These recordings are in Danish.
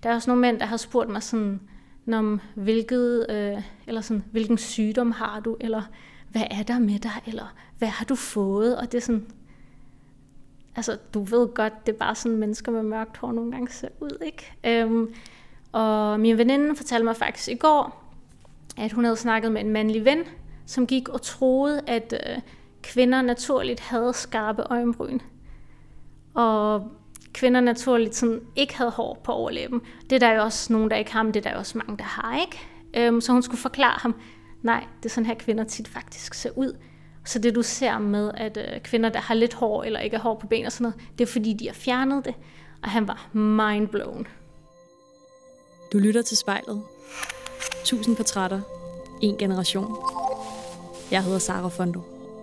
Der er også nogle mænd, der har spurgt mig sådan, om hvilken sygdom har du, eller hvad er der med dig, eller hvad har du fået? Og det er sådan, altså du ved godt, det er bare sådan mennesker med mørkt hår nogle gange ser ud, ikke? Og min veninde fortalte mig faktisk i går, at hun havde snakket med en mandlig ven, som gik og troede, at kvinder naturligt havde skarpe øjenbryn. Og kvinder naturligt sådan ikke havde hår på overlæben. Det er der jo også nogen, der ikke har, men det er der jo også mange, der har, ikke? Så hun skulle forklare ham, nej, det er sådan her kvinder tit faktisk ser ud. Så det du ser med, at kvinder, der har lidt hår eller ikke har hår på ben og sådan noget, det er fordi, de har fjernet det. Og han var mindblown. Du lytter til Spejlet. 1000 portrætter. En generation. Jeg hedder Sara Fondo.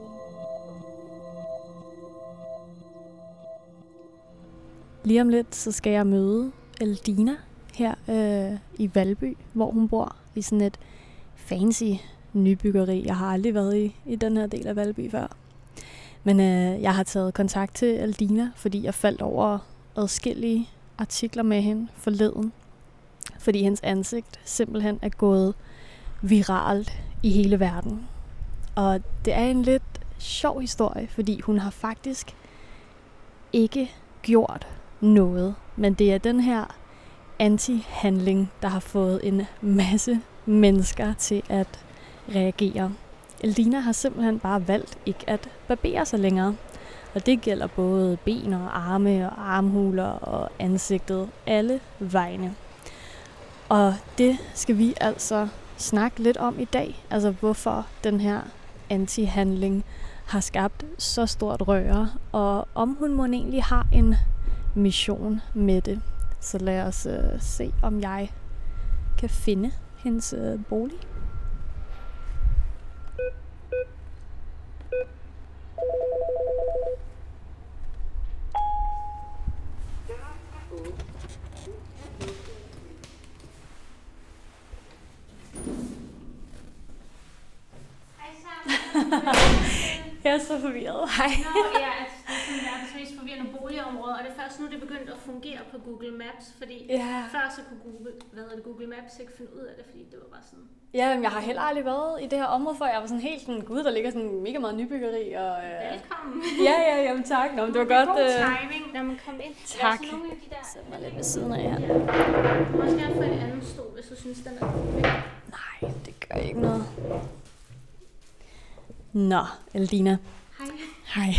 Lige om lidt, så skal jeg møde Eldina her i Valby, hvor hun bor i sådan et fancy nybyggeri. Jeg har aldrig været i den her del af Valby før. Men jeg har taget kontakt til Eldina, fordi jeg faldt over adskillige artikler med hende forleden. Fordi hendes ansigt simpelthen er gået viralt i hele verden. Og det er en lidt sjov historie, fordi hun har faktisk ikke gjort noget. Men det er den her anti-handling, der har fået en masse mennesker til at reagere. Eldina har simpelthen bare valgt ikke at barbere sig længere. Og det gælder både ben og arme og armhuler og ansigtet, alle vegne. Og det skal vi altså snakke lidt om i dag. Altså hvorfor den her anti-handling har skabt så stort røre, og om hun må egentlig har en mission med det. Så lad os se, om jeg kan finde hendes bolig. Jeg er så forvirret. Hej. Ja, altså, det er sådan verdens mest forvirrende boligområde, og det er først nu, det er begyndt at fungere på Google Maps, fordi før så kunne Google Maps ikke finde ud af det, fordi det var bare sådan... Ja, men jeg har heller aldrig været i det her område før. Jeg var sådan helt sådan, gud, der ligger sådan mega meget nybyggeri. Og, Velkommen. Jamen tak. Nå, men det var godt. God timing, når man kom ind. Tak. Der er nogle af de der... Sæt mig lidt ved siden af her. Du må også gerne få en anden stol, hvis du synes, den er god. Nej, det gør ikke noget. Nå, Eldina. Hej.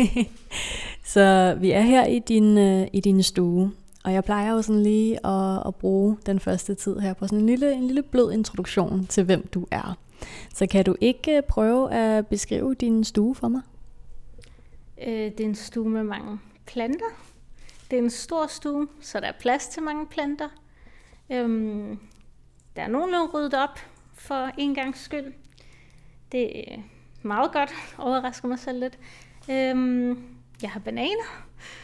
Så vi er her i din stue, og jeg plejer jo sådan lige at bruge den første tid her på sådan en lille blød introduktion til, hvem du er. Så kan du ikke prøve at beskrive din stue for mig? Det er en stue med mange planter. Det er en stor stue, så der er plads til mange planter. Der er nogenlunde ryddet op for en gangs skyld. Det er meget godt, overrasker mig selv lidt. Jeg har bananer.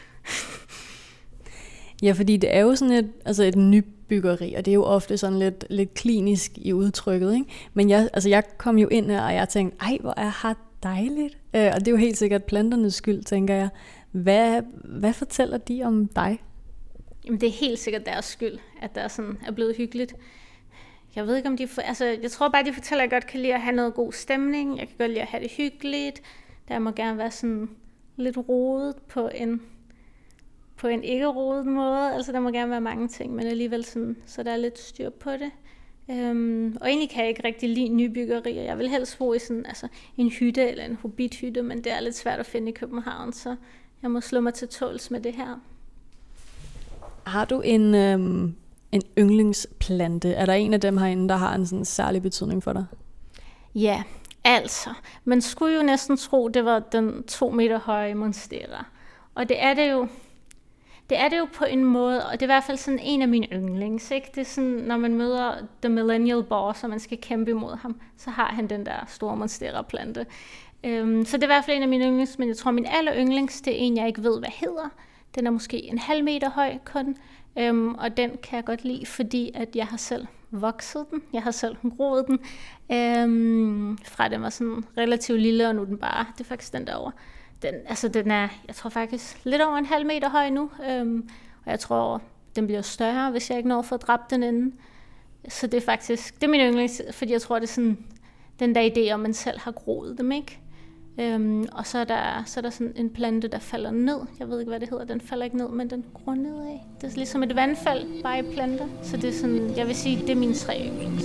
Ja, fordi det er jo sådan et nybyggeri, og det er jo ofte sådan lidt klinisk i udtrykket, ikke? Men jeg kom jo ind her, og jeg tænkte, ej, hvor er her dejligt. Og det er jo helt sikkert planternes skyld, tænker jeg. Hvad fortæller de om dig? Jamen, det er helt sikkert deres skyld, at der sådan er blevet hyggeligt. Jeg ved ikke, om jeg tror bare, de fortæller, at jeg godt kan lide at have noget god stemning. Jeg kan godt lide at have det hyggeligt. Der må gerne være sådan lidt rodet på en ikke rodet måde. Altså, der må gerne være mange ting, men alligevel sådan, så der er lidt styr på det. Og egentlig kan jeg ikke rigtig lide nybyggerier. Jeg vil helst bo i sådan, en hytte eller en hobbithytte, men det er lidt svært at finde i København, så jeg må slå mig til tåls med det her. Har du en yndlingsplante? Er der en af dem herinde, der har en sådan særlig betydning for dig? Ja, altså. Man skulle jo næsten tro, det var den 2 meter høje monstera. Og det er det jo. Det er det jo på en måde, og det er i hvert fald sådan en af mine yndlings, ikke? Det er sådan, når man møder The Millennial Boss, og man skal kæmpe imod ham, så har han den der store monstera-plante. Så det er i hvert fald en af mine yndlings, men jeg tror, min aller yndlings, det er en, jeg ikke ved, hvad hedder. Den er måske 1,5 meter høj kun, og den kan jeg godt lide, fordi at jeg har selv vokset den. Jeg har selv groet den. Fra den var sådan relativt lille, og nu er den bare, det er faktisk den derovre. Den er, jeg tror faktisk, lidt over 1,5 meter høj nu. Og jeg tror, den bliver større, hvis jeg ikke når at få dræbt den inden. Så det er faktisk, det er min yndlings, fordi jeg tror, det er sådan, den der idé om, man selv har groet dem, ikke? Og så er der sådan en plante, der falder ned. Jeg ved ikke, hvad det hedder. Den falder ikke ned, men den gror nedad. Det er ligesom et vandfald, bare i planter. Så det er sådan, jeg vil sige, det er mine 3 yndlings.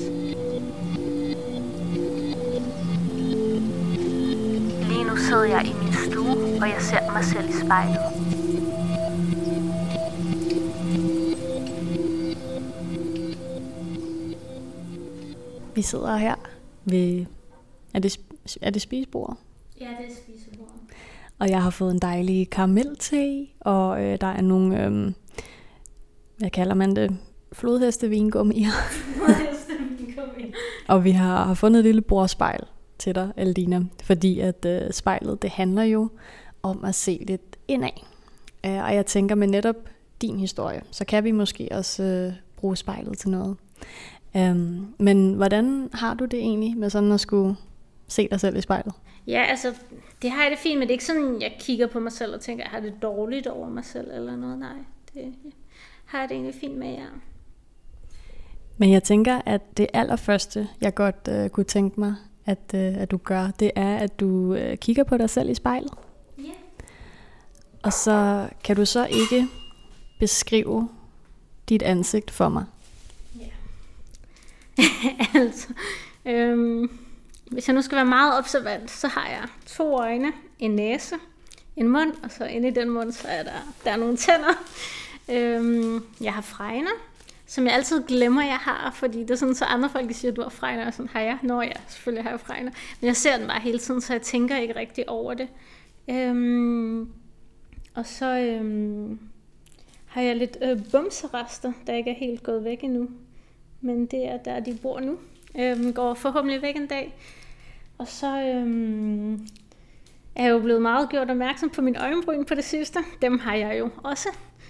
Lige nu sidder jeg i min stue, og jeg ser mig selv i spejlet. Vi sidder her ved... Er det spisebordet? Ja, det er spisebordet. Og jeg har fået en dejlig karamelte, og der er nogle... hvad kalder man det? Flodhestevingummier. Flodhestevingummier. Og vi har fundet et lille bordspejl til dig, Aldina, fordi at spejlet, det handler jo om at se lidt indad. Og jeg tænker med netop din historie, så kan vi måske også bruge spejlet til noget. Men hvordan har du det egentlig med sådan at skulle se dig selv i spejlet? Ja, altså, det har jeg det fint, men det er ikke sådan, jeg kigger på mig selv og tænker, jeg har det dårligt over mig selv eller noget. Nej, det har jeg det egentlig fint med, ja. Men jeg tænker, at det allerførste, jeg godt kunne tænke mig, at du gør, det er, at du kigger på dig selv i spejlet. Ja. Og så kan du så ikke beskrive dit ansigt for mig. Ja. Altså, hvis jeg nu skal være meget observant, så har jeg 2 øjne, en næse, en mund, og så inde i den mund, så er der er nogle tænder. Jeg har fregner, som jeg altid glemmer, jeg har, fordi det er sådan, så andre folk siger, du har fregner, og sådan, har jeg? Nå ja, selvfølgelig har jeg fregner. Men jeg ser den bare hele tiden, så jeg tænker ikke rigtig over det. Og så har jeg lidt bumserester, der ikke er helt gået væk endnu. Men det er der, de bor nu. Går forhåbentlig væk en dag. Og så er jeg jo blevet meget gjort opmærksom på mine øjenbryn på det sidste. Dem har jeg jo også.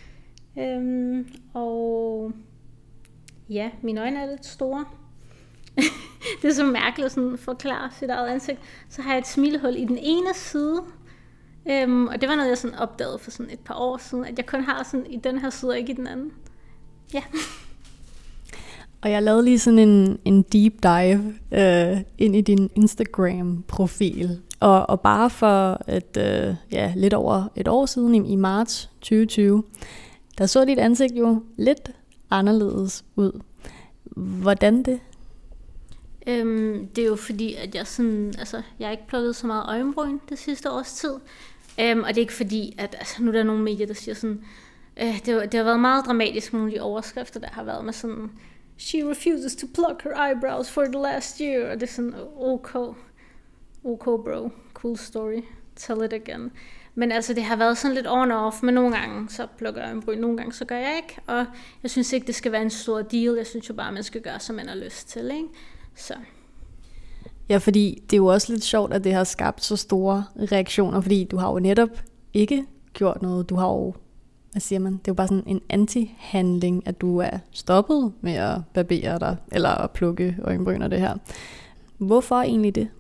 Og ja, mine øjne er lidt store. Det er så mærkeligt at sådan forklare sit eget ansigt. Så har jeg et smilehul i den ene side. Og det var noget, jeg sådan opdagede for sådan et par år siden, at jeg kun har sådan i den her side og ikke i den anden. Ja. Og jeg lavede lige sådan en deep dive ind i din Instagram-profil. Og bare for lidt over et år siden, i marts 2020, der så dit ansigt jo lidt anderledes ud. Hvordan det? Det er jo fordi, at jeg har ikke plukket så meget øjenbryn det sidste års tid. Og det er ikke fordi, at nu er der nogle medier, der siger sådan, det har været meget dramatisk med nogle af de overskrifter, der har været med sådan, she refuses to pluck her eyebrows for the last year. Og det er sådan, OK bro, cool story, tell it again. Men altså, det har været sådan lidt on and off, men nogle gange så plukker jeg øjenbryn, nogle gange så gør jeg ikke. Og jeg synes ikke, det skal være en stor deal. Jeg synes jo bare, man skal gøre, som man har lyst til, ikke? Så. Ja, fordi det er jo også lidt sjovt, at det har skabt så store reaktioner, fordi du har jo netop ikke gjort noget. Du har jo, hvad siger man, det er jo bare sådan en anti-handling, at du er stoppet med at barbere dig, eller at plukke øjenbryn og det her. Hvorfor egentlig det?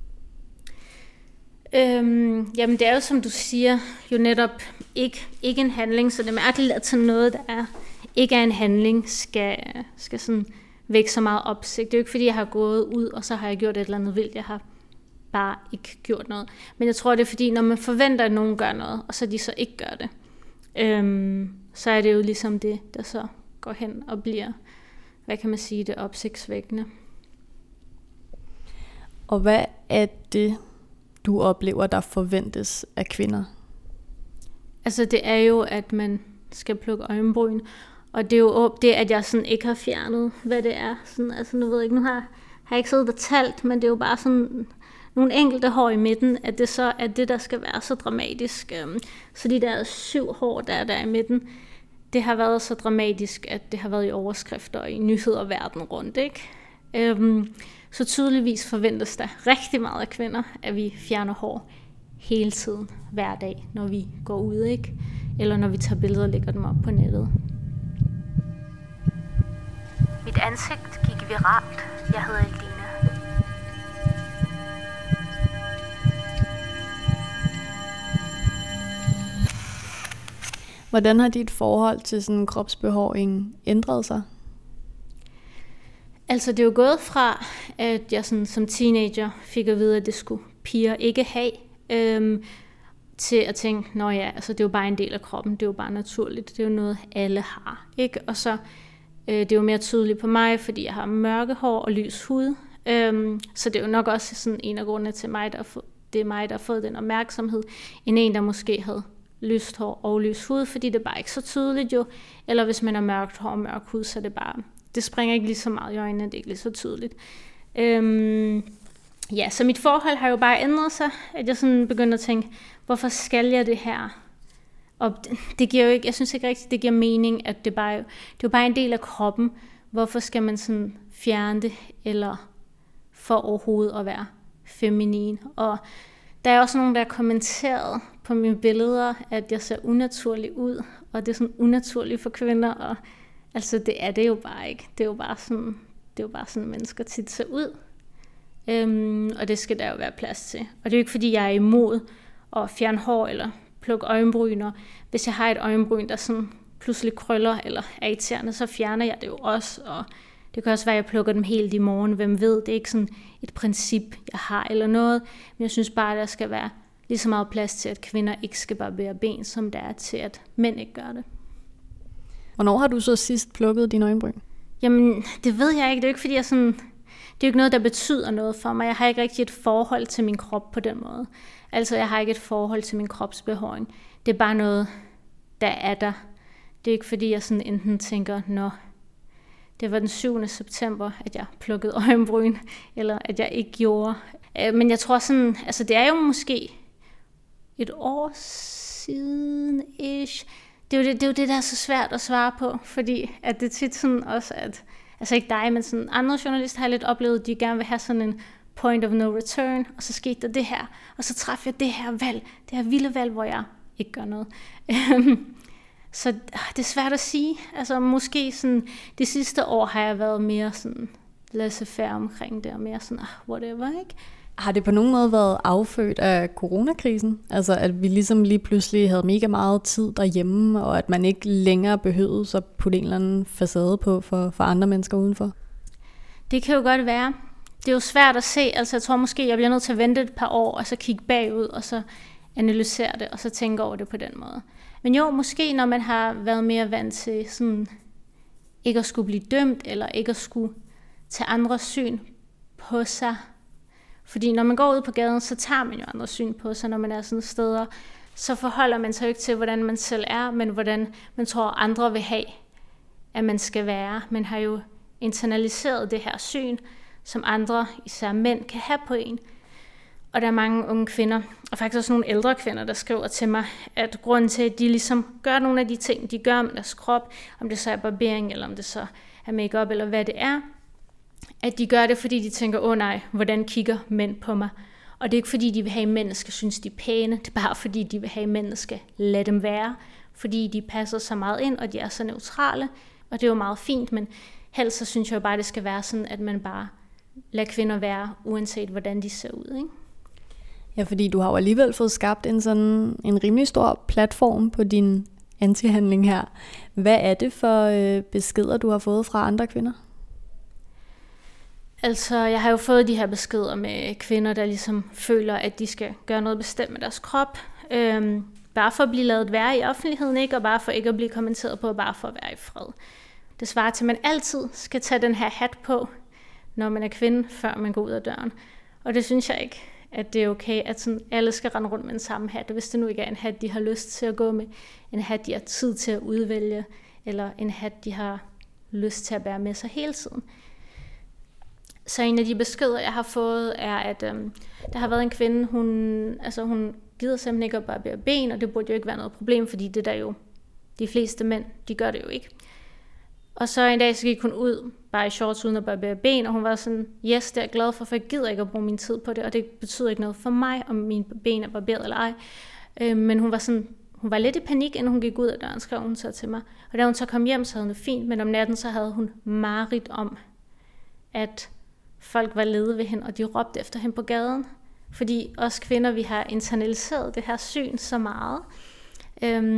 Jamen det er jo, som du siger, jo netop ikke en handling, så det er mærkeligt, at sådan noget, der ikke er en handling, skal sådan vække så meget opsigt. Det er jo ikke, fordi jeg har gået ud, og så har jeg gjort et eller andet vildt. Jeg har bare ikke gjort noget. Men jeg tror, det er fordi, når man forventer, at nogen gør noget, og så de så ikke gør det, så er det jo ligesom det, der så går hen og bliver, hvad kan man sige, det opsigtsvækkende. Og hvad er det, du oplever, der forventes af kvinder? Altså det er jo, at man skal plukke øjenbryn, og det er jo det, at jeg sådan ikke har fjernet, hvad det er. Sådan, altså nu ved jeg ikke, nu har jeg ikke siddet og talt, men det er jo bare sådan nogle enkelte hår i midten, at det så er det, der skal være så dramatisk. Så de der 7 hår, der er der i midten, det har været så dramatisk, at det har været i overskrifter og i nyheder verden rundt, ikke? Så tydeligvis forventes der rigtig meget af kvinder, at vi fjerner hår hele tiden, hver dag, når vi går ud, ikke? Eller når vi tager billeder og lægger dem op på nettet. Mit ansigt gik viralt. Jeg hedder Aldina. Hvordan har dit forhold til sådan kropsbehåring ændret sig? Altså det er jo gået fra, at jeg sådan, som teenager fik at vide, at det skulle piger ikke have, til at tænke, nå ja, altså det er jo bare en del af kroppen, det er jo bare naturligt, det er jo noget alle har, ikke? Og så det er jo mere tydeligt på mig, fordi jeg har mørke hår og lys hud, så det er jo nok også sådan en af grundene til mig, det er mig, der har fået den opmærksomhed, end en, der måske havde lyst hår og lys hud, fordi det er bare ikke så tydeligt jo, eller hvis man har mørkt hår og mørk hud, så er det bare, det springer ikke lige så meget i øjnene, det er ikke lige så tydeligt. Ja, så mit forhold har jo bare ændret sig, at jeg sådan begynder at tænke, hvorfor skal jeg det her? Og det giver jo ikke, jeg synes ikke rigtigt, det giver mening, at det er jo bare en del af kroppen. Hvorfor skal man sådan fjerne det, eller for overhovedet at være feminin? Og der er også nogen, der har kommenteret på mine billeder, at jeg ser unaturlig ud, og det er sådan unaturligt for kvinder, og altså det er det jo bare ikke. Det er jo bare sådan mennesker tit ser ud. Og det skal der jo være plads til. Og det er jo ikke fordi, jeg er imod at fjerne hår eller plukke øjenbryner. Hvis jeg har et øjenbryn, der sådan pludselig krøller eller er irriterende, så fjerner jeg det jo også. Og det kan også være, at jeg plukker dem helt i morgen. Hvem ved, det er ikke sådan et princip, jeg har eller noget. Men jeg synes bare, at der skal være lige så meget plads til, at kvinder ikke skal barbere ben, som der er til, at mænd ikke gør det. Hvornår har du så sidst plukket dine øjenbryn? Jamen, det ved jeg ikke. Det er jo ikke fordi, det er jo ikke noget, der betyder noget for mig. Jeg har ikke rigtig et forhold til min krop på den måde. Altså, jeg har ikke et forhold til min kropsbehåring. Det er bare noget, der er der. Det er ikke fordi, jeg sådan enten tænker, nå, det var den 7. september, at jeg plukkede øjenbryn, eller at jeg ikke gjorde. Men jeg tror sådan, altså det er jo måske et år siden-ish. Det er jo det, der er så svært at svare på, fordi at det tit sådan også, at altså ikke dig, men sådan andre journalister har lidt oplevet, at de gerne vil have sådan en point of no return, og så skete der det her, og så træffede jeg det her valg, det her vilde valg, hvor jeg ikke gør noget. Så det er svært at sige. Altså måske sådan, det sidste år har jeg været mere sådan laissez-faire omkring det, og mere sådan, whatever, ikke? Har det på nogen måde været affødt af coronakrisen? Altså at vi ligesom lige pludselig havde mega meget tid derhjemme, og at man ikke længere behøvede at putte en eller anden facade på for andre mennesker udenfor? Det kan jo godt være. Det er jo svært at se. Altså jeg tror måske, jeg bliver nødt til at vente et par år, og så kigge bagud, og så analysere det, og så tænke over det på den måde. Men jo, måske når man har været mere vant til sådan, ikke at skulle blive dømt, eller ikke at skulle tage andres syn på sig. Fordi når man går ud på gaden, så tager man jo andres syn på sig, når man er sådan steder. Så forholder man sig jo ikke til, hvordan man selv er, men hvordan man tror, andre vil have, at man skal være. Man har jo internaliseret det her syn, som andre, især mænd, kan have på en. Og der er mange unge kvinder, og faktisk også nogle ældre kvinder, der skriver til mig, at grunden til, at de ligesom gør nogle af de ting, de gør med deres krop, om det så er barbering, eller om det så er makeup eller hvad det er, at de gør det, fordi de tænker, nej, hvordan kigger mænd på mig? Og det er ikke fordi, de vil have, at mænd skal synes, de er pæne, det er bare fordi, de vil have, at mænd skal lade dem være, fordi de passer så meget ind, og de er så neutrale, og det er jo meget fint, men helst så synes jeg jo bare, det skal være sådan, at man bare lader kvinder være, uanset hvordan de ser ud, ikke? Ja, fordi du har jo alligevel fået skabt en rimelig stor platform på din antihandling her. Hvad er det for beskeder, du har fået fra andre kvinder? Altså, jeg har jo fået de her beskeder med kvinder, der ligesom føler, at de skal gøre noget bestemt med deres krop. Bare for at blive ladet være i offentligheden, ikke? Og bare for ikke at blive kommenteret på, bare for at være i fred. Det svarer til, at man altid skal tage den her hat på, når man er kvinde, før man går ud af døren. Og det synes jeg ikke, at det er okay, at sådan alle skal rende rundt med den samme hat. Og hvis det nu ikke er en hat, de har lyst til at gå med, en hat, de har tid til at udvælge, eller en hat, de har lyst til at bære med sig hele tiden. Så en af de beskeder, jeg har fået, er, at der har været en kvinde, hun gider simpelthen ikke at barbere ben, og det burde jo ikke være noget problem, fordi det der jo, de fleste mænd, de gør det jo ikke. Og så en dag, så gik hun ud, bare i shorts uden at barbere ben, og hun var sådan, yes, det er jeg glad for jeg gider ikke at bruge min tid på det, og det betyder ikke noget for mig, om mine ben er barberet eller ej. Men hun var lidt i panik, inden hun gik ud af døren, skrev hun så til mig. Og da hun så kom hjem, så havde hun det fint, men om natten, så havde hun mareridt om, at folk var lede ved hende, og de råbte efter hende på gaden. Fordi os kvinder, vi har internaliseret det her syn så meget.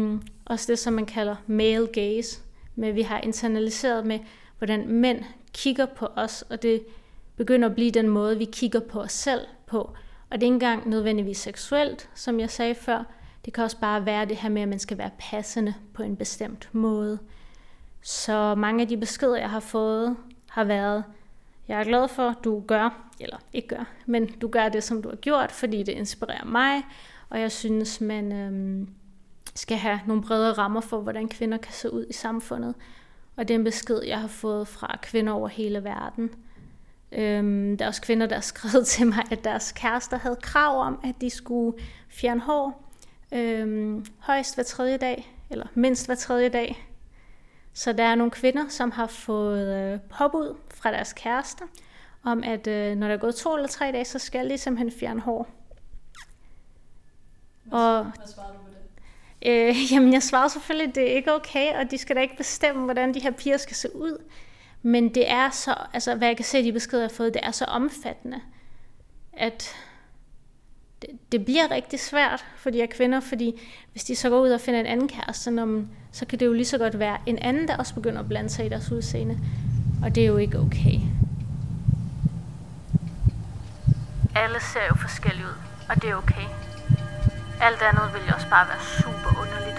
også det, som man kalder male gaze, med vi har internaliseret med, hvordan mænd kigger på os, og det begynder at blive den måde, vi kigger på os selv på. Og det er ikke engang nødvendigvis seksuelt, som jeg sagde før. Det kan også bare være det her med, at man skal være passende på en bestemt måde. Så mange af de beskeder, jeg har fået, har været, jeg er glad for, at du gør, eller ikke gør, men du gør det, som du har gjort, fordi det inspirerer mig, og jeg synes, man skal have nogle bredere rammer for, hvordan kvinder kan se ud i samfundet. Og det er en besked, jeg har fået fra kvinder over hele verden. Der er også kvinder, der har skrevet til mig, at deres kærester havde krav om, at de skulle fjerne hår højst hver 3. dag, eller mindst hver 3. dag. Så der er nogle kvinder, som har fået påbud fra deres kærester, om at når der er gået 2 eller 3 dage, så skal de simpelthen fjerne hår. Hvad svarede du på det? Jamen jeg svarede selvfølgelig, at det er ikke okay, og de skal da ikke bestemme, hvordan de her piger skal se ud. Men det er så, altså hvad jeg kan se, de beskeder, jeg har fået, det er så omfattende, at det bliver rigtig svært for de her kvinder, fordi hvis de så går ud og finder en anden kæreste, så kan det jo lige så godt være en anden, der også begynder at blande sig i deres udseende. Og det er jo ikke okay. Alle ser jo forskellige ud, og det er okay. Alt andet vil jo også bare være super underligt.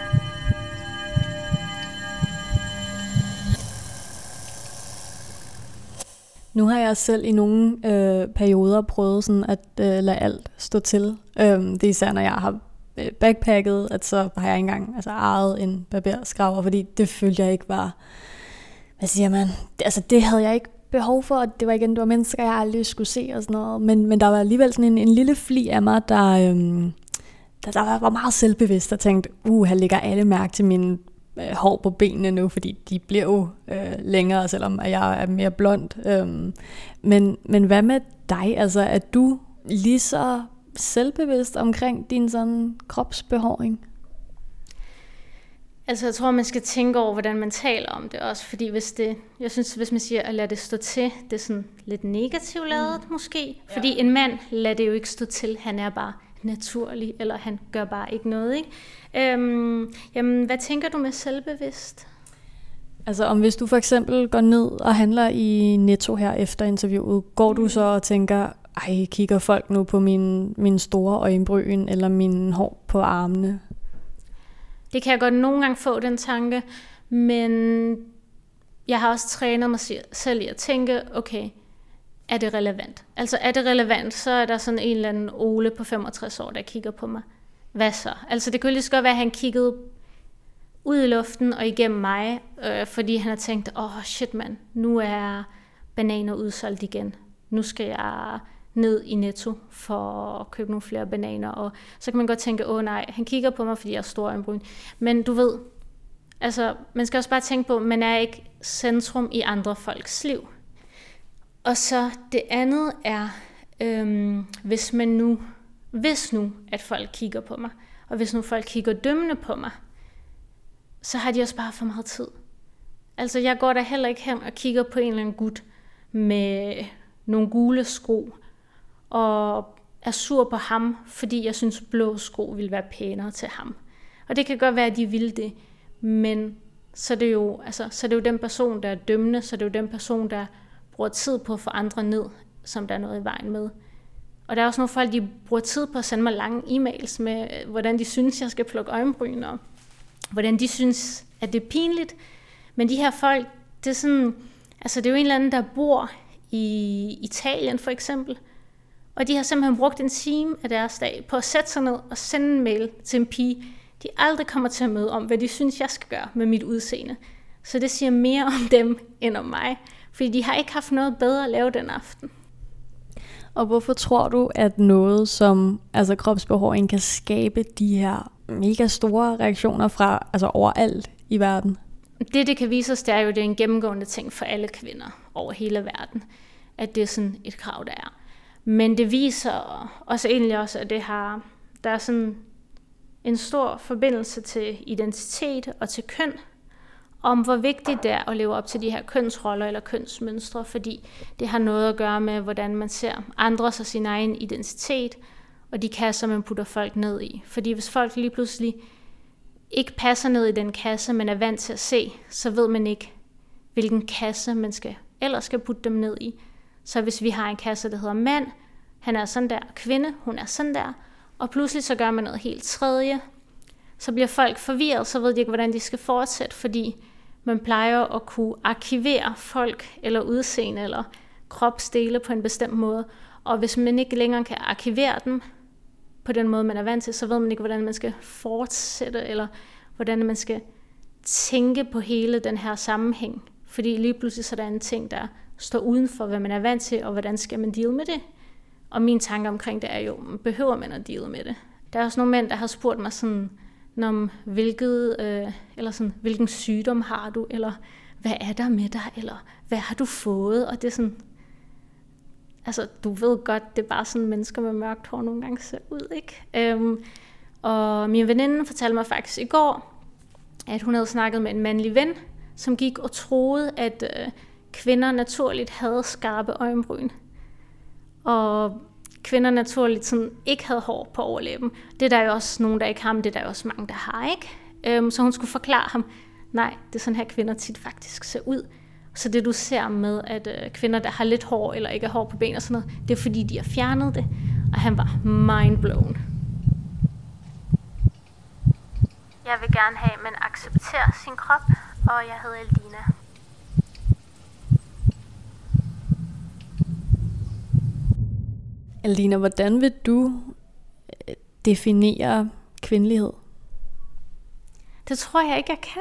Nu har jeg selv i nogle perioder prøvet sådan at lade alt stå til. Det er især, når jeg har backpacket, at så har jeg ikke engang ejet en barberskraber, fordi det følte jeg ikke var, hvad siger man, det havde jeg ikke behov for, og det var mennesker, jeg aldrig skulle se og sådan noget. Men der var alligevel sådan en lille fli af mig, der var meget selvbevidst og tænkte, her ligger alle mærke til mine hår på benene nu, fordi de bliver jo længere, selvom jeg er mere blond. Men hvad med dig? Altså, er du lige så selvbevidst omkring din sådan kropsbehåring? Altså, jeg tror, man skal tænke over, hvordan man taler om det også, fordi hvis man siger at lade det stå til, det er sådan lidt negativt ladet måske, fordi en mand lader det jo ikke stå til, han er bare naturlig, eller han gør bare ikke noget, ikke? Jamen, hvad tænker du med selvbevidst? Altså, om hvis du for eksempel går ned og handler i Netto her efter interviewet, går du så og tænker, kigger folk nu på min store øjenbryn, eller min hår på armene? Det kan jeg godt nogle gange få, den tanke, men jeg har også trænet mig selv i at tænke, okay, er det relevant? Altså er det relevant, så er der sådan en eller anden Ole på 65 år, der kigger på mig. Hvad så? Altså det kunne lige så godt være, at han kiggede ud i luften og igennem mig, fordi han har tænkt, shit mand, nu er bananer udsolgt igen. Nu skal jeg ned i Netto for at købe nogle flere bananer. Og så kan man godt tænke, nej, han kigger på mig, fordi jeg er stor øjenbryn. Men du ved, altså man skal også bare tænke på, at man er ikke centrum i andre folks liv. Og så det andet er, hvis nu, at folk kigger på mig, og hvis nu folk kigger dømmende på mig, så har de også bare for meget tid. Altså jeg går da heller ikke hen og kigger på en eller anden gut med nogle gule sko, og er sur på ham, fordi jeg synes blå sko ville være pænere til ham. Og det kan godt være, at de vil det, men så er det jo den person, der er dømmende, så er det jo den person, der bruger tid på at få andre ned, som der er noget i vejen med. Og der er også nogle folk, de bruger tid på at sende mig lange e-mails med, hvordan de synes, jeg skal plukke øjenbryn, og hvordan de synes, at det er pinligt. Men de her folk, det er sådan, altså det er jo en eller anden, der bor i Italien for eksempel, og de har simpelthen brugt en time af deres dag på at sætte sig ned og sende en mail til en pige, de aldrig kommer til at møde om, hvad de synes, jeg skal gøre med mit udseende. Så det siger mere om dem end om mig, fordi de har ikke haft noget bedre at lave den aften. Og hvorfor tror du, at noget som kropsbehåring kan skabe de her mega store reaktioner fra overalt i verden? Det kan vise os, det er jo, det er en gennemgående ting for alle kvinder over hele verden, at det er sådan et krav, der er. Men det viser os egentlig også, at der er sådan en stor forbindelse til identitet og til køn, om hvor vigtigt det er at leve op til de her kønsroller eller kønsmønstre, fordi det har noget at gøre med, hvordan man ser andres og sin egen identitet, og de kasser, man putter folk ned i. Fordi hvis folk lige pludselig ikke passer ned i den kasse, man er vant til at se, så ved man ikke, hvilken kasse man ellers skal putte dem ned i. Så hvis vi har en kasse, der hedder mand, han er sådan der, kvinde, hun er sådan der, og pludselig så gør man noget helt tredje, så bliver folk forvirret, så ved de ikke, hvordan de skal fortsætte, fordi man plejer at kunne arkivere folk, eller udseende, eller kropsdele på en bestemt måde. Og hvis man ikke længere kan arkivere dem på den måde, man er vant til, så ved man ikke, hvordan man skal fortsætte, eller hvordan man skal tænke på hele den her sammenhæng. Fordi lige pludselig så er der en ting, der står uden for, hvad man er vant til, og hvordan skal man deal med det. Og min tanke omkring det er jo, behøver man at deal med det? Der er også nogle mænd, der har spurgt mig sådan, hvilken sygdom har du, eller hvad er der med dig, eller hvad har du fået? Og det er sådan, altså du ved godt, det er bare sådan, mennesker med mørkt hår nogle gange ser ud, ikke? Og min veninde fortalte mig faktisk i går, at hun havde snakket med en mandlig ven, som gik og troede, at kvinder naturligt havde skarpe øjenbryn. Og kvinder naturligt sådan ikke havde hår på overlæben. Det er der jo også nogen, der ikke har, men det er der jo også mange, der har, ikke? Så hun skulle forklare ham, nej, det er sådan her kvinder tit faktisk ser ud. Så det du ser med, at kvinder, der har lidt hår eller ikke har hår på ben og sådan noget, det er fordi, de har fjernet det. Og han var mindblown. Jeg vil gerne have, at man accepterer sin krop, og jeg hedder Eldina. Eldina, hvordan vil du definere kvindelighed? Det tror jeg ikke, jeg kan.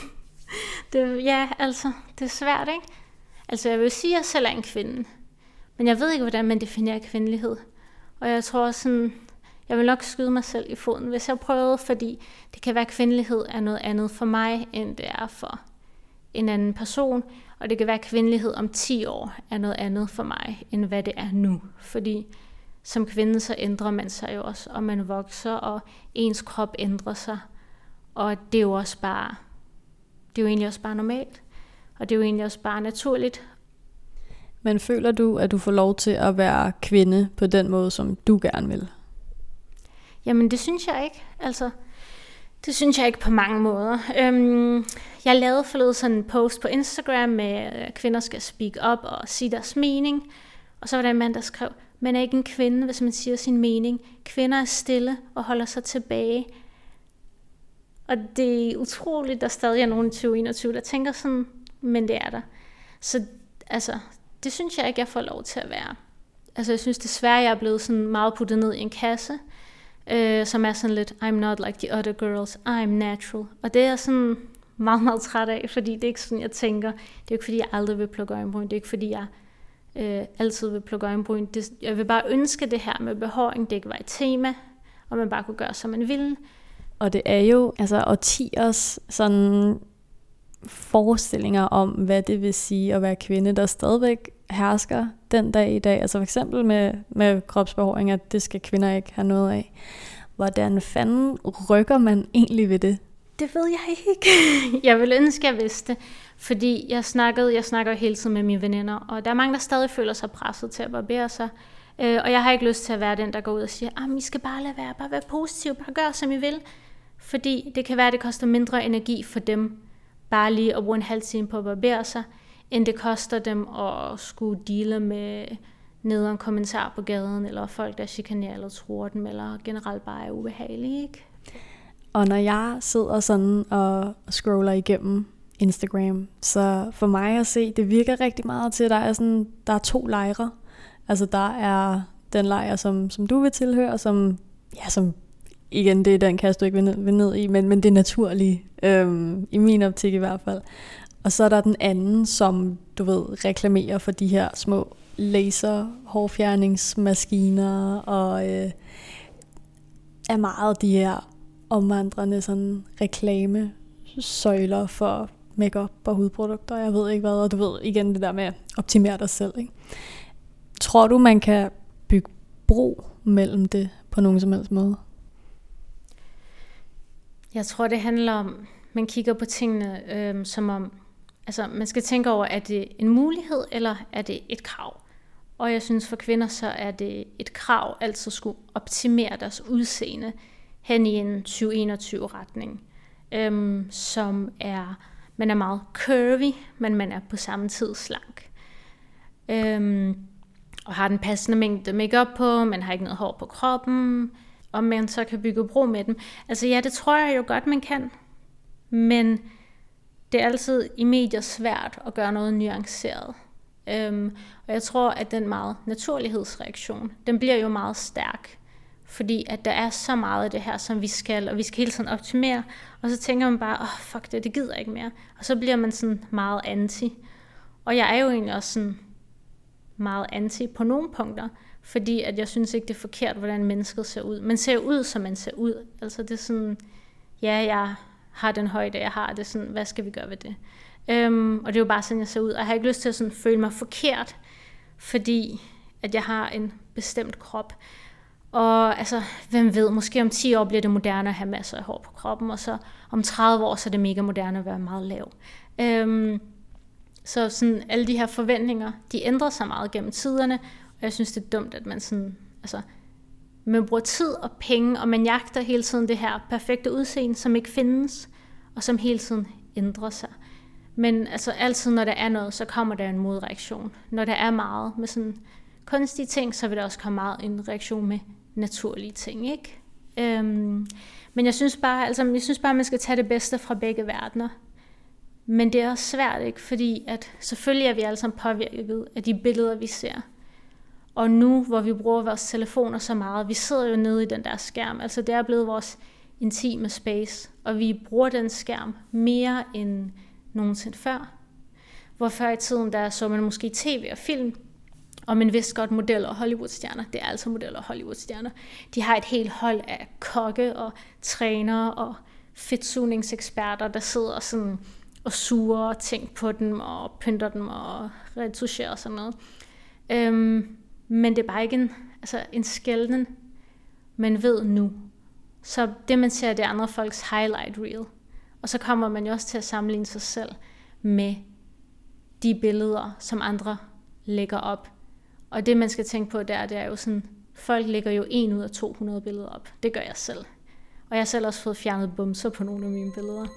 Det er svært, ikke? Altså, jeg vil sige, at jeg selv er en kvinde. Men jeg ved ikke, hvordan man definerer kvindelighed. Og jeg tror sådan, jeg vil nok skyde mig selv i foden, hvis jeg prøvede, fordi det kan være, at kvindelighed er noget andet for mig, end det er for en anden person. Og det kan være, at kvindelighed om 10 år er noget andet for mig, end hvad det er nu. Fordi som kvinde, så ændrer man sig jo også, og man vokser, og ens krop ændrer sig. Og det er jo også bare, det er jo egentlig også bare normalt. Og det er jo egentlig også bare naturligt. Men føler du, at du får lov til at være kvinde på den måde, som du gerne vil? Jamen, det synes jeg ikke. Altså, det synes jeg ikke på mange måder. Jeg lavede forleden sådan en post på Instagram med, at kvinder skal speak up og sige deres mening. Og så var der en mand, der skrev, man er ikke en kvinde, hvis man siger sin mening. Kvinder er stille og holder sig tilbage. Og det er utroligt, der stadig er nogen i 2021, der tænker sådan, men det er der. Så altså, det synes jeg ikke, jeg får lov til at være. Altså, jeg synes desværre, jeg er blevet sådan meget puttet ned i en kasse, som er sådan lidt, I'm not like the other girls, I'm natural. Og det er jeg sådan meget, meget træt af, fordi det er ikke sådan, jeg tænker. Det er ikke, fordi jeg aldrig vil plukke øjenbryn. Det er ikke, fordi jeg altid vil plukke øjenbryn. Jeg vil bare ønske det her med behåring, det ikke var et tema, og man bare kunne gøre, som man ville. Og det er jo altså årtiers sådan forestillinger om, hvad det vil sige at være kvinde, der stadigvæk hersker den dag i dag. Altså for eksempel med kropsbehåring, at det skal kvinder ikke have noget af. Hvordan fanden rykker man egentlig ved det? Det ved jeg ikke. Jeg vil ønske, jeg vidste. Fordi jeg snakker hele tiden med mine veninder, og der er mange, der stadig føler sig presset til at barbere sig. Og jeg har ikke lyst til at være den, der går ud og siger, I skal bare lade være, bare være positiv, bare gør, som I vil. Fordi det kan være, at det koster mindre energi for dem, bare lige at bruge en halv time på at barbere sig, end det koster dem at skulle deale med nederen kommentar på gaden, eller folk, der chikanerer eller truer dem, eller generelt bare er ubehagelige, ikke? Og når jeg sidder sådan og scroller igennem Instagram, så for mig at se, det virker rigtig meget til, at der er 2 lejre. Altså der er den lejr, som du vil tilhøre, som igen, det er den kasse, du ikke vil ned i, men det er naturligt, i min optik i hvert fald. Og så er der den anden, som du ved, reklamerer for de her små laser-hårfjerningsmaskiner, og er meget de her omvandrende sådan reklamesøjler for makeup og hudprodukter, jeg ved ikke hvad, og du ved igen det der med at optimere dig selv, ikke? Tror du, man kan bygge bro mellem det på nogen som helst måde? Jeg tror, det handler om, man kigger på tingene som om, altså man skal tænke over, er det en mulighed, eller er det et krav? Og jeg synes for kvinder, så er det et krav, altså skulle optimere deres udseende hen i en 2021-retning. man er meget curvy, men man er på samme tid slank. Og har den passende mængde makeup på, man har ikke noget hår på kroppen, og man så kan bygge bro med dem. Altså ja, det tror jeg jo godt, man kan. Men det er altid i medier svært at gøre noget nuanceret. Og jeg tror, at den meget naturlighedsreaktion, den bliver jo meget stærk. Fordi at der er så meget af det her, som vi skal, og vi skal hele tiden optimere. Og så tænker man bare, fuck det gider jeg ikke mere. Og så bliver man sådan meget anti. Og jeg er jo egentlig også sådan meget anti på nogle punkter. Fordi at jeg synes ikke, det er forkert, hvordan mennesket ser ud. Man ser ud, som man ser ud. Altså det er sådan, ja, jeg har den højde, jeg har. Det er sådan, hvad skal vi gøre ved det? Og det er jo bare sådan, jeg ser ud. Og jeg har ikke lyst til at sådan føle mig forkert, fordi at jeg har en bestemt krop. Og altså, hvem ved, måske om 10 år bliver det moderne at have masser af hår på kroppen, og så om 30 år, så er det mega moderne at være meget lav. Så sådan, alle de her forventninger, de ændrer sig meget gennem tiderne, og jeg synes, det er dumt, at man sådan, altså, man bruger tid og penge, og man jagter hele tiden det her perfekte udseende, som ikke findes, og som hele tiden ændrer sig. Men altså altid, når der er noget, så kommer der en modreaktion. Når der er meget med sådan kunstige ting, så vil der også komme meget en reaktion med naturlige ting, ikke? Men jeg synes bare, man skal tage det bedste fra begge verdener. Men det er også svært, ikke? Fordi at selvfølgelig er vi alle sammen påvirket af de billeder, vi ser. Og nu, hvor vi bruger vores telefoner så meget, vi sidder jo nede i den der skærm. Altså det er blevet vores intime space, og vi bruger den skærm mere end nogensinde før. Hvor før i tiden, der så man måske tv og film, og man vidste godt modeller og Hollywood-stjerner. Det er altså modeller og Hollywood-stjerner. De har et helt hold af kokke og trænere og fedtsugningseksperter, der sidder sådan og suger ting på dem og pynter dem og retusherer og sådan noget. Men det er bare ikke en skelnen, man ved nu. Så det man ser, det er andre folks highlight reel. Og så kommer man jo også til at sammenligne sig selv med de billeder, som andre lægger op. Og det man skal tænke på der, det er jo sådan, folk lægger jo 1 ud af 200 billeder op. Det gør jeg selv. Og jeg har selv også fået fjernet bumser på nogle af mine billeder.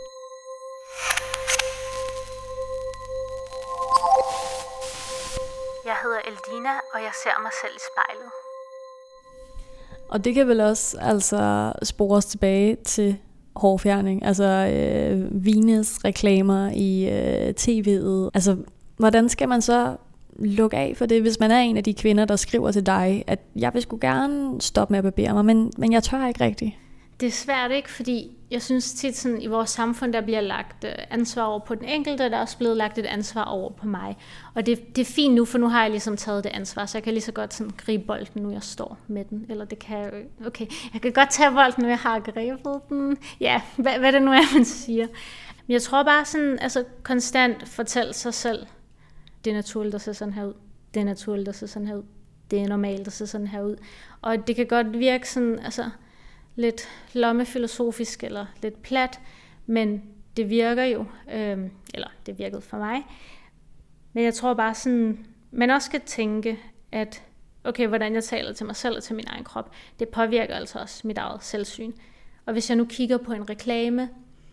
Jeg hedder Eldina, og jeg ser mig selv i spejlet. Og det kan vel også altså spores tilbage til hårfjerning, altså Vines reklamer i tv'et. Altså, hvordan skal man så lukke af for det, hvis man er en af de kvinder, der skriver til dig, at jeg vil sgu gerne stoppe med at barbere mig, men jeg tør ikke rigtigt? Det er svært, ikke? Fordi jeg synes tit sådan, i vores samfund, der bliver lagt ansvar over på den enkelte, der er også blevet lagt et ansvar over på mig. Og det er fint nu, for nu har jeg ligesom taget det ansvar, så jeg kan lige så godt sådan gribe bolden, nu jeg står med den. Eller det kan jeg jo, okay, jeg kan godt tage bolden, nu jeg har grebet den. Ja, hvad det nu er, man siger. Men jeg tror bare sådan, altså konstant fortælle sig selv, det er naturligt at se sådan her ud. Det er naturligt at se sådan her ud. Det er normalt at se sådan her ud. Og det kan godt virke sådan, altså lidt lommefilosofisk eller lidt plat, men det virker jo, eller det virkede for mig. Men jeg tror bare sådan, man også skal tænke, at okay, hvordan jeg taler til mig selv og til min egen krop, det påvirker altså også mit eget selvsyn. Og hvis jeg nu kigger på en reklame,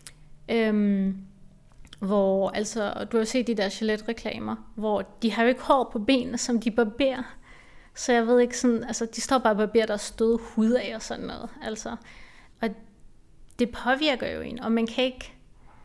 hvor altså, du har set de der Gillette-reklamer, hvor de har jo ikke hår på benene, som de barberer. Så jeg ved ikke sådan, altså de står bare og barberer der støde hud af og sådan noget. Altså, og det påvirker jo en, og man kan ikke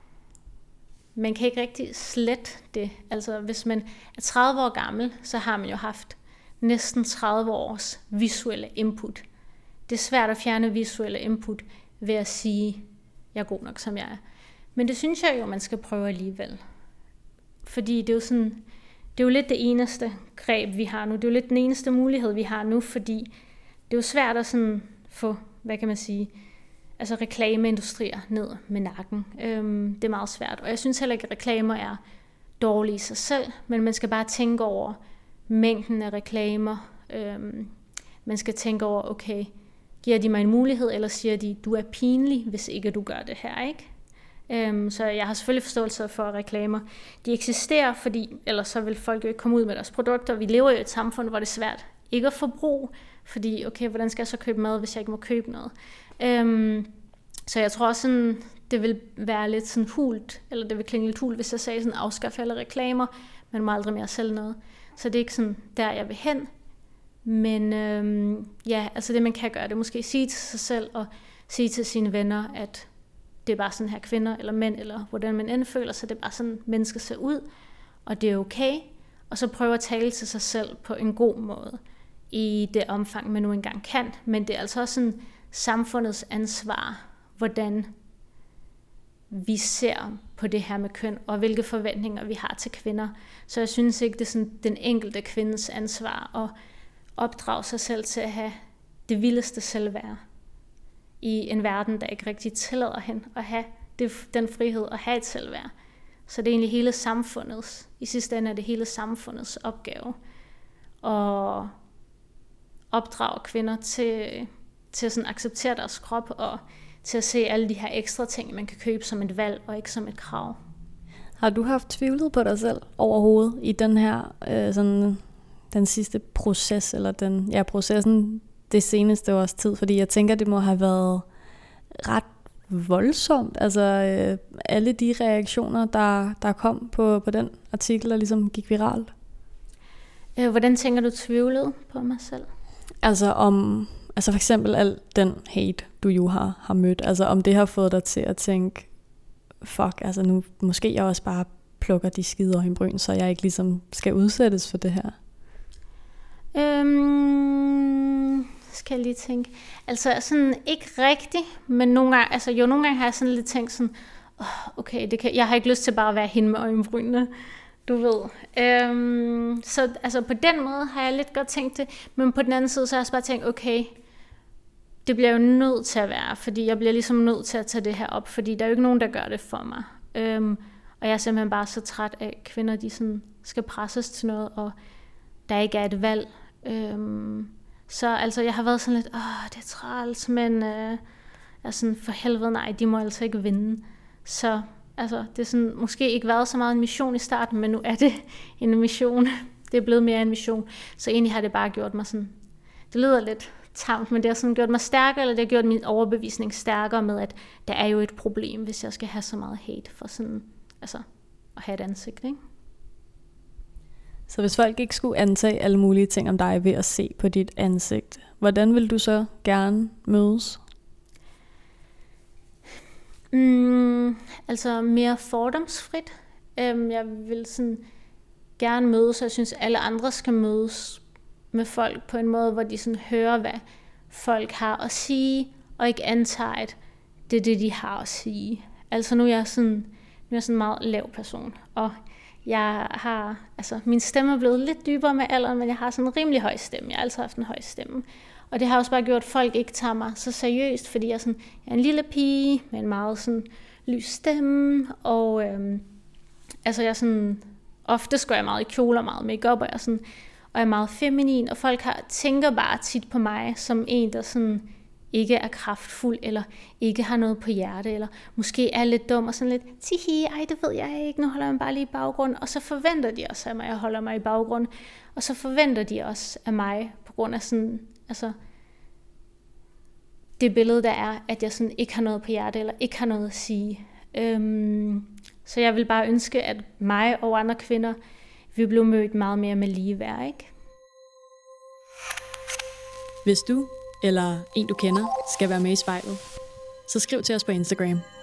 rigtig slette det. Altså hvis man er 30 år gammel, så har man jo haft næsten 30 års visuelle input. Det er svært at fjerne visuelle input ved at sige, jeg er god nok som jeg er. Men det synes jeg jo, man skal prøve alligevel. Fordi det er jo sådan, det er jo lidt det eneste greb, vi har nu. Det er jo lidt den eneste mulighed, vi har nu, fordi det er jo svært at sådan få, hvad kan man sige, altså reklameindustrier ned med nakken. Det er meget svært. Og jeg synes heller ikke, at reklamer er dårlige i sig selv, men man skal bare tænke over mængden af reklamer. Man skal tænke over, okay, giver de mig en mulighed, eller siger de, du er pinlig, hvis ikke du gør det her, ikke? Så jeg har selvfølgelig forståelse for reklamer. De eksisterer, fordi ellers så vil folk jo ikke komme ud med deres produkter. Vi lever jo i et samfund, hvor det er svært ikke at forbruge, fordi okay, hvordan skal jeg så købe mad, hvis jeg ikke må købe noget? Så jeg tror også sådan, det vil være lidt sådan hult, eller det vil klinge lidt hult, hvis jeg sagde sådan, afskaffe alle reklamer, man må aldrig mere sælge noget. Så det er ikke sådan, der jeg vil hen. Men altså det man kan gøre, det er måske sige til sig selv, og sige til sine venner, at det er bare sådan her kvinder, eller mænd, eller hvordan man end føler sig, det er bare sådan, mennesker ser ud, og det er okay. Og så prøve at tale til sig selv på en god måde, i det omfang, man nu engang kan. Men det er altså også sådan samfundets ansvar, hvordan vi ser på det her med køn, og hvilke forventninger vi har til kvinder. Så jeg synes ikke, det er sådan den enkelte kvindes ansvar at opdrage sig selv til at have det vildeste selvværd i en verden, der ikke rigtig tillader hende at have den frihed at have et selvværd. Så det er egentlig hele samfundets, i sidste ende er det hele samfundets opgave at opdrage kvinder til sådan at acceptere deres krop, og til at se alle de her ekstra ting, man kan købe som et valg, og ikke som et krav. Har du haft tvivlet på dig selv overhovedet i den her, sådan, den sidste proces, eller processen det seneste års tid? Fordi jeg tænker, det må have været ret voldsomt. Altså alle de reaktioner, der kom på den artikel, der ligesom gik viralt. Hvordan tænker du tvivlet på mig selv? Altså for eksempel al den hate, du jo har mødt. Altså om det har fået dig til at tænke, fuck, altså nu måske jeg også bare plukker de skide øjenbryn, så jeg ikke ligesom skal udsættes for det her. Skal jeg lige tænke. Altså sådan ikke rigtigt, men nogle gange har jeg sådan lidt tænkt sådan, okay, jeg har ikke lyst til bare at være hende med øjenbrynene, du ved. Så altså på den måde har jeg lidt godt tænkt det, men på den anden side så har jeg også bare tænkt, okay, det bliver jo nødt til at være, fordi jeg bliver ligesom nødt til at tage det her op, fordi der er jo ikke nogen, der gør det for mig. Og jeg er simpelthen bare så træt af, at kvinder de sådan skal presses til noget, og der ikke er et valg. Så altså, jeg har været sådan lidt, det er træls, men sådan, for helvede nej, de må altså ikke vinde. Så altså, det er sådan, måske ikke været så meget en mission i starten, men nu er det en mission. Det er blevet mere en mission. Så egentlig har det bare gjort mig sådan, det lyder lidt tamt, men det har sådan gjort mig stærkere, eller det har gjort min overbevisning stærkere med, at der er jo et problem, hvis jeg skal have så meget hate for sådan, altså, at have et ansigt, ikke? Så hvis folk ikke skulle antage alle mulige ting om dig ved at se på dit ansigt, hvordan vil du så gerne mødes? Altså mere fordomsfrit. Jeg vil sådan gerne mødes, så jeg synes, at alle andre skal mødes med folk på en måde, hvor de sådan hører, hvad folk har at sige, og ikke antager, at det er det, de har at sige. Altså nu er jeg sådan en meget lav person, og jeg har, altså min stemme er blevet lidt dybere med alderen, men jeg har sådan en rimelig høj stemme. Jeg har altid haft en høj stemme. Og det har også bare gjort, at folk ikke tager mig så seriøst, fordi jeg er en lille pige med en meget sådan lys stemme, og altså jeg sådan, ofte går jeg meget i kjoler, meget make-up, og jeg er meget feminin, og folk tænker bare tit på mig som en, der sådan ikke er kraftfuld, eller ikke har noget på hjerte, eller måske er lidt dum, og sådan lidt, tihi, ej, det ved jeg ikke, nu holder jeg mig bare lige i baggrund, og så forventer de også af mig, at jeg holder mig i baggrund, og så forventer de også af mig, på grund af sådan, altså, det billede, der er, at jeg sådan ikke har noget på hjerte, eller ikke har noget at sige. Så jeg vil bare ønske, at mig og andre kvinder, vi blev mødt meget mere med ligeværd, ikke? Hvis du eller en du kender skal være med i spejlet, så skriv til os på Instagram.